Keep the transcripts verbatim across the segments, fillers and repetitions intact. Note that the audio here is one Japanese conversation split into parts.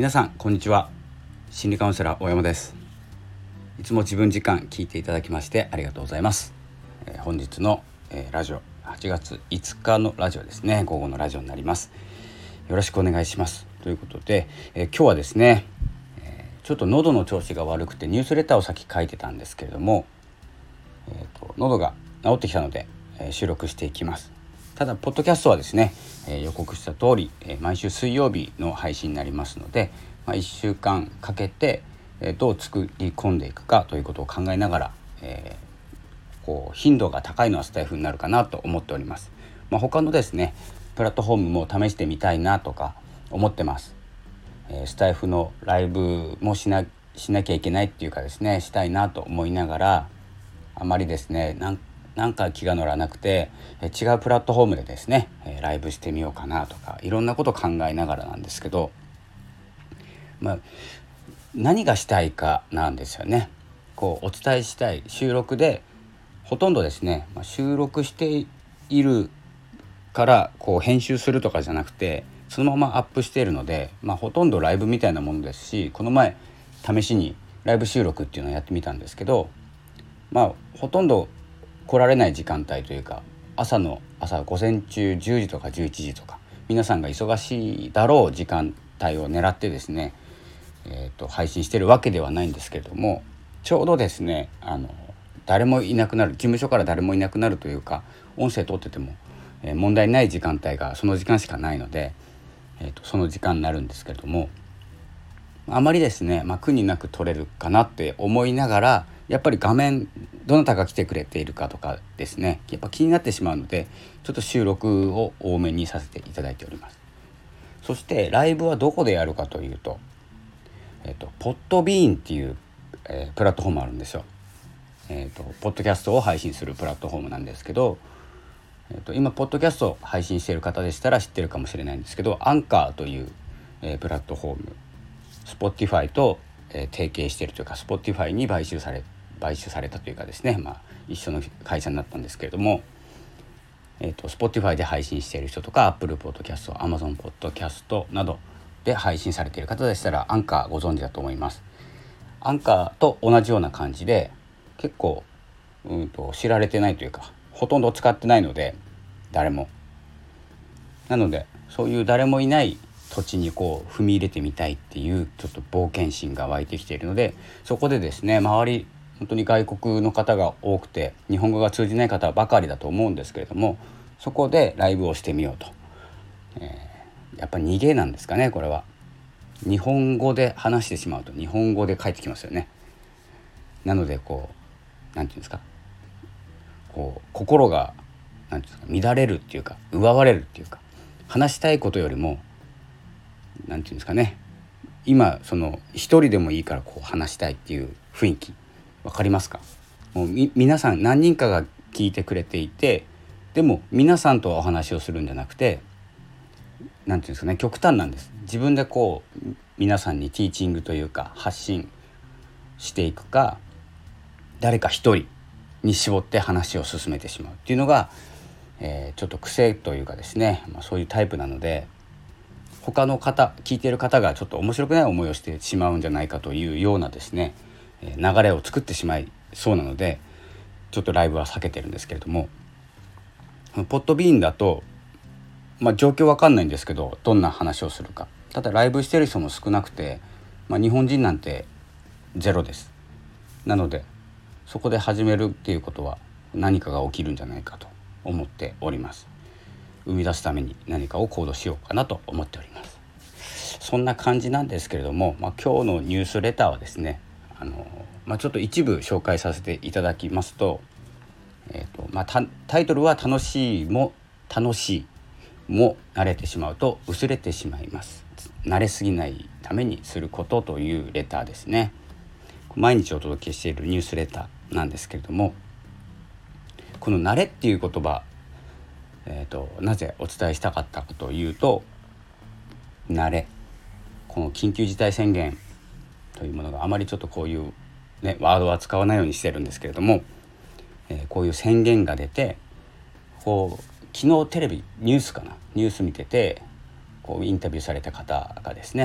皆さんこんにちは。心理カウンセラー大山です。いつも自分時間聞いていただきましてありがとうございます。えー、本日の、えー、ラジオはちがついつかのラジオですね。午後のラジオになります。よろしくお願いしますということで、えー、今日はですね、えー、ちょっと喉の調子が悪くてニュースレターを先書いてたんですけれども、えーと、喉が治ってきたので、えー、収録していきます。ただポッドキャストはですね、えー、予告した通り、えー、毎週水曜日の配信になりますので、まあ、いっしゅうかんかけて、えー、どう作り込んでいくかということを考えながら、えー、こう頻度が高いのはスタイフになるかなと思っております。まあ、他のですねプラットフォームも試してみたいなとか思ってます。えー、スタイフのライブもしな、しなきゃいけないっていうかですねしたいなと思いながら、あまりですねなんなんか気が乗らなくて、え違うプラットフォームでですね、えライブしてみようかなとかいろんなこと考えながらなんですけど、まあ、何がしたいかなんですよね。こうお伝えしたい収録でほとんどですね、まあ、収録しているからこう編集するとかじゃなくてそのままアップしているので、まあ、ほとんどライブみたいなものですし、この前試しにライブ収録っていうのをやってみたんですけど、まあほとんど来られない時間帯というか朝の朝午前中じゅうじとかじゅういちじとか皆さんが忙しいだろう時間帯を狙ってですね、えーと、配信してるわけではないんですけれども、ちょうどですねあの誰もいなくなる、事務所から誰もいなくなるというか音声取ってても、えー、問題ない時間帯がその時間しかないので、えーと、その時間になるんですけれども、あまりですね、まあ、苦になく撮れるかなって思いながら、やっぱり画面どなたが来てくれているかとかですねやっぱ気になってしまうので、ちょっと収録を多めにさせていただいております。そしてライブはどこでやるかというと、えっと、ポッドビーンっていう、えー、プラットフォームあるんですよ。えっと、ポッドキャストを配信するプラットフォームなんですけど、えっと、今ポッドキャストを配信している方でしたら知ってるかもしれないんですけど、アンカーという、えー、プラットフォーム、Spotify と、えー、提携しているというか Spotify に買収され買収されたというかですね、まあ、一緒の会社になったんですけれども、えーと、Spotify で配信している人とか Apple Podcast、Amazon Podcast などで配信されている方でしたらアンカーご存知だと思います。アンカーと同じような感じで結構うんと知られてないというかほとんど使ってないので、誰もなのでそういう誰もいない土地にこう踏み入れてみたいっていうちょっと冒険心が湧いてきているので、そこでですね周り本当に外国の方が多くて日本語が通じない方ばかりだと思うんですけれども、そこでライブをしてみようと、えー、やっぱり逃げなんですかね。これは日本語で話してしまうと日本語で返ってきますよね。なのでこうなんていうんですか、こう心がなんていうんですか乱れるっていうか奪われるっていうか、話したいことよりもなんていうんですかね、今その一人でもいいからこう話したいっていう雰囲気わかりますか？もうみ皆さん何人かが聞いてくれていて、でも皆さんとはお話をするんじゃなくて、なんていうんですかね、極端なんです。自分でこう皆さんにティーチングというか発信していくか、誰か一人に絞って話を進めてしまうっていうのが、えー、ちょっと癖というかですね、まあ、そういうタイプなので、他の方聞いている方がちょっと面白くない思いをしてしまうんじゃないかというようなですね流れを作ってしまいそうなので、ちょっとライブは避けてるんですけれども、ポッドビーンだと、まあ、状況わかんないんですけどどんな話をするか、ただライブしてる人も少なくて、まあ、日本人なんてゼロです。なのでそこで始めるっていうことは何かが起きるんじゃないかと思っております。生み出すために何かを行動しようかなと思っております。そんな感じなんですけれども、まあ、今日のニュースレターはですね、あの、まあ、ちょっと一部紹介させていただきますと、えーとまあ、タイトルは楽しいも楽しいも慣れてしまうと薄れてしまいます。慣れすぎないためにすることというレターですね。毎日お届けしているニュースレターなんですけれども、この慣れっていう言葉、えーと、なぜお伝えしたかったかというと、慣れ、この緊急事態宣言というものがあまりちょっとこういう、ね、ワードは使わないようにしてるんですけれども、えー、こういう宣言が出て、こう昨日テレビニュースかなニュース見ててこうインタビューされた方がですね、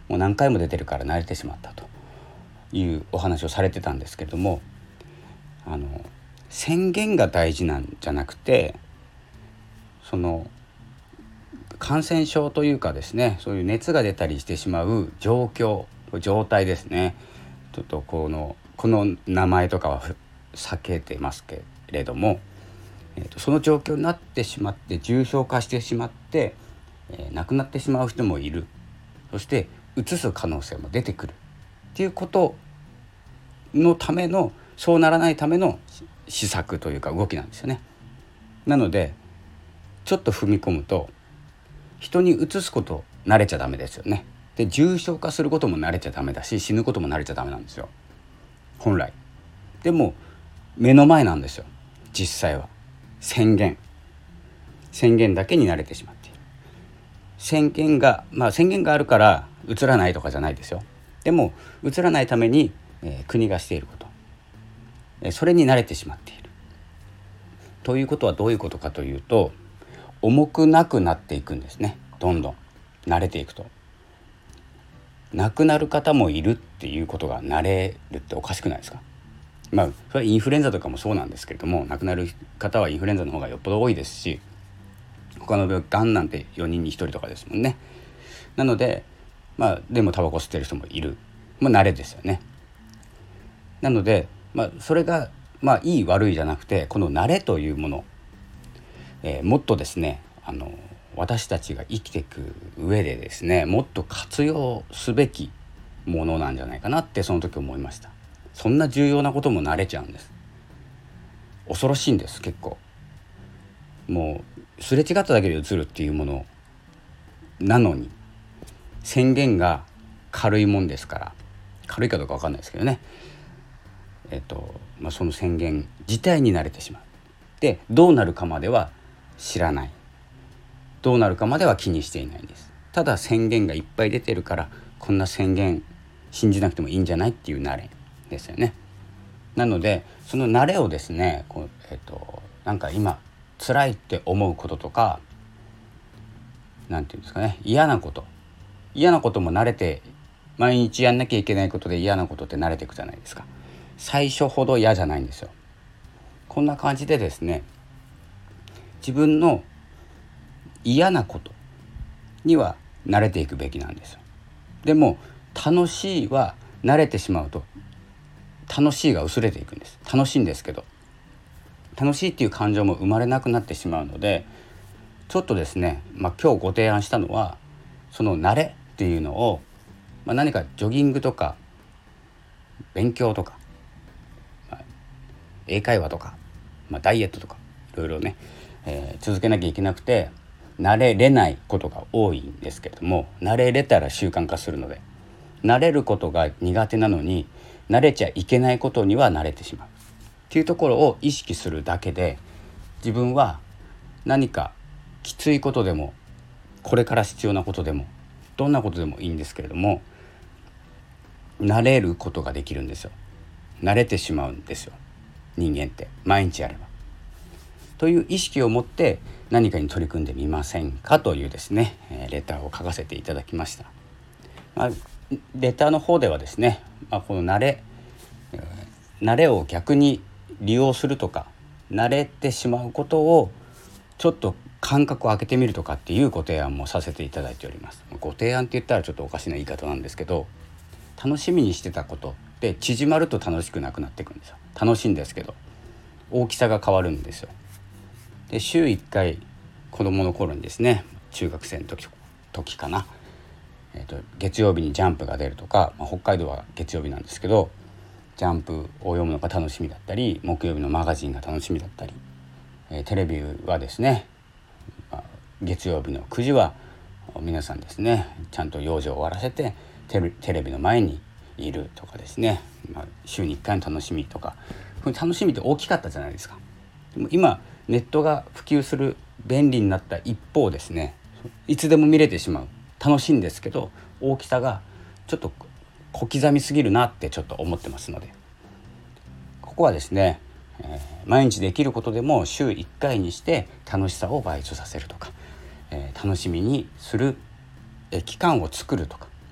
もう何回も出てるから慣れてしまったというお話をされてたんですけれども、あの宣言が大事なんじゃなくて、その感染症というかですね、そういう熱が出たりしてしまう状況状態ですね。ちょっとこのこの名前とかは避けてますけれども、えーと、その状況になってしまって重症化してしまって、えー、亡くなってしまう人もいる。そしてうつす可能性も出てくるっていうことのための、そうならないための施策というか動きなんですよね。なのでちょっと踏み込むと、人にうつすこと慣れちゃダメですよね。で重症化することも慣れちゃダメだし、死ぬことも慣れちゃダメなんですよ本来。でも目の前なんですよ実際は。宣言宣言だけに慣れてしまっている。宣言がまあ宣言があるからうつらないとかじゃないですよ。でもうつらないために、えー、国がしていること、えー、それに慣れてしまっているということはどういうことかというと、重くなくなっていくんですね。どんどん慣れていくと亡くなる方もいるっていうことが慣れるっておかしくないですか。まあそれはインフルエンザとかもそうなんですけれども、亡くなる方はインフルエンザの方がよっぽど多いですし、他の病気がんなんてよにんにひとりとかですもんね。なのでまあでもタバコ吸ってる人もいる、まあ慣れですよね。なのでまあそれがまあいい悪いじゃなくて、この慣れというもの、えー、もっとですね、あの私たちが生きていく上でですね、もっと活用すべきものなんじゃないかなってその時思いました。そんな重要なことも慣れちゃうんです。恐ろしいんです結構。もうすれ違っただけでうつるっていうものなのに、宣言が軽いもんですから、軽いかどうか分かんないですけどね、えっとまあ、その宣言自体に慣れてしまう。でどうなるかまでは知らない、どうなるかまでは気にしていないんです。ただ宣言がいっぱい出てるから、こんな宣言信じなくてもいいんじゃないっていう慣れですよね。なのでその慣れをですね、こう、えっと、なんか今辛いって思うこととか、なんていうんですかね、嫌なこと嫌なことも慣れて、毎日やんなきゃいけないことで嫌なことって慣れていくじゃないですか。最初ほど嫌じゃないんですよ。こんな感じでですね、自分の嫌なことには慣れていくべきなんですよ。でも楽しいは慣れてしまうと楽しいが薄れていくんです。楽しいんですけど楽しいっていう感情も生まれなくなってしまうので、ちょっとですね、まあ、今日ご提案したのは、その慣れっていうのを、まあ、何かジョギングとか勉強とか、まあ、英会話とか、まあ、ダイエットとかいろいろね、えー、続けなきゃいけなくて慣れれないことが多いんですけれども、慣れれたら習慣化するので、慣れることが苦手なのに慣れちゃいけないことには慣れてしまうっていうところを意識するだけで、自分は何かきついことでもこれから必要なことでもどんなことでもいいんですけれども、慣れることができるんですよ。慣れてしまうんですよ人間って毎日やれば。という意識を持って何かに取り組んでみませんかというですね、レターを書かせていただきました。まあ、レターの方ではですね、まあ、この慣れ慣れを逆に利用するとか、慣れてしまうことをちょっと間隔を空けてみるとかっていうご提案もさせていただいております。ご提案って言ったらちょっとおかしな言い方なんですけど、楽しみにしてたことって縮まると楽しくなくなっていくんですよ。楽しいんですけど大きさが変わるんですよ。で週いっかい、子どもの頃にですね、中学生の時時かな、えーと、月曜日にジャンプが出るとか、まあ、北海道は月曜日なんですけどジャンプを読むのが楽しみだったり、木曜日のマガジンが楽しみだったり、えー、テレビはですね、まあ、月曜日のくじは皆さんですね、ちゃんと用事を終わらせてテレ、テレビの前にいるとかですね、まあ、週にいっかいの楽しみとか、この楽しみって大きかったじゃないですか。でも今ネットが普及する便利になった一方ですね、いつでも見れてしまう、楽しいんですけど大きさがちょっと小刻みすぎるなってちょっと思ってますので、ここはですね、えー、毎日できることでも週いっかいにして楽しさを倍増させるとか、えー、楽しみにする、えー、期間を作るとか、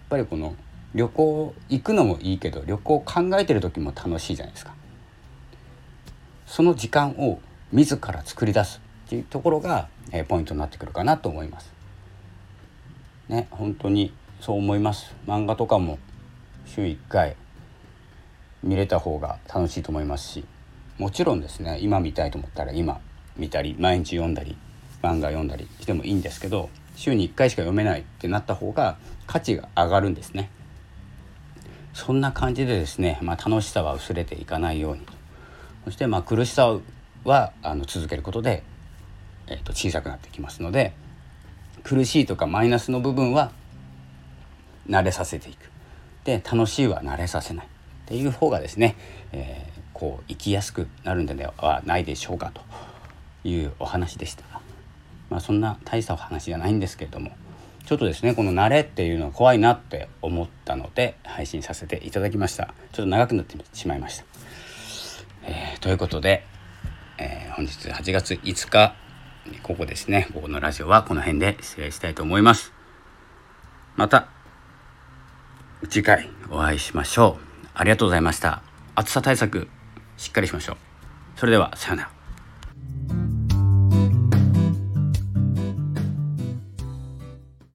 ぱりこの旅行行くのもいいけど、旅行考えてる時も楽しいじゃないですか。その時間を自ら作り出すっていうところが、えー、ポイントになってくるかなと思いますね。本当にそう思います。漫画とかも週いっかい見れた方が楽しいと思いますし、もちろんですね、今見たいと思ったら今見たり、毎日読んだり漫画読んだりしてもいいんですけど、週にいっかいしか読めないってなった方が価値が上がるんですね。そんな感じでですね、まあ、楽しさは薄れていかないように、そしてまあ苦しさはあの続けることで、えー、と小さくなってきますので、苦しいとかマイナスの部分は慣れさせていく。で、楽しいは慣れさせないっていう方がですね、えー、こう生きやすくなるんではないでしょうかというお話でした。まあ、そんな大したお話じゃないんですけれども、ちょっとですねこの慣れっていうのは怖いなって思ったので配信させていただきました。ちょっと長くなってしまいました。えー、ということで、えー、本日はちがついつかここですね、ここのラジオはこの辺で失礼したいと思います。また次回お会いしましょう。ありがとうございました。暑さ対策しっかりしましょう。それではさようなら。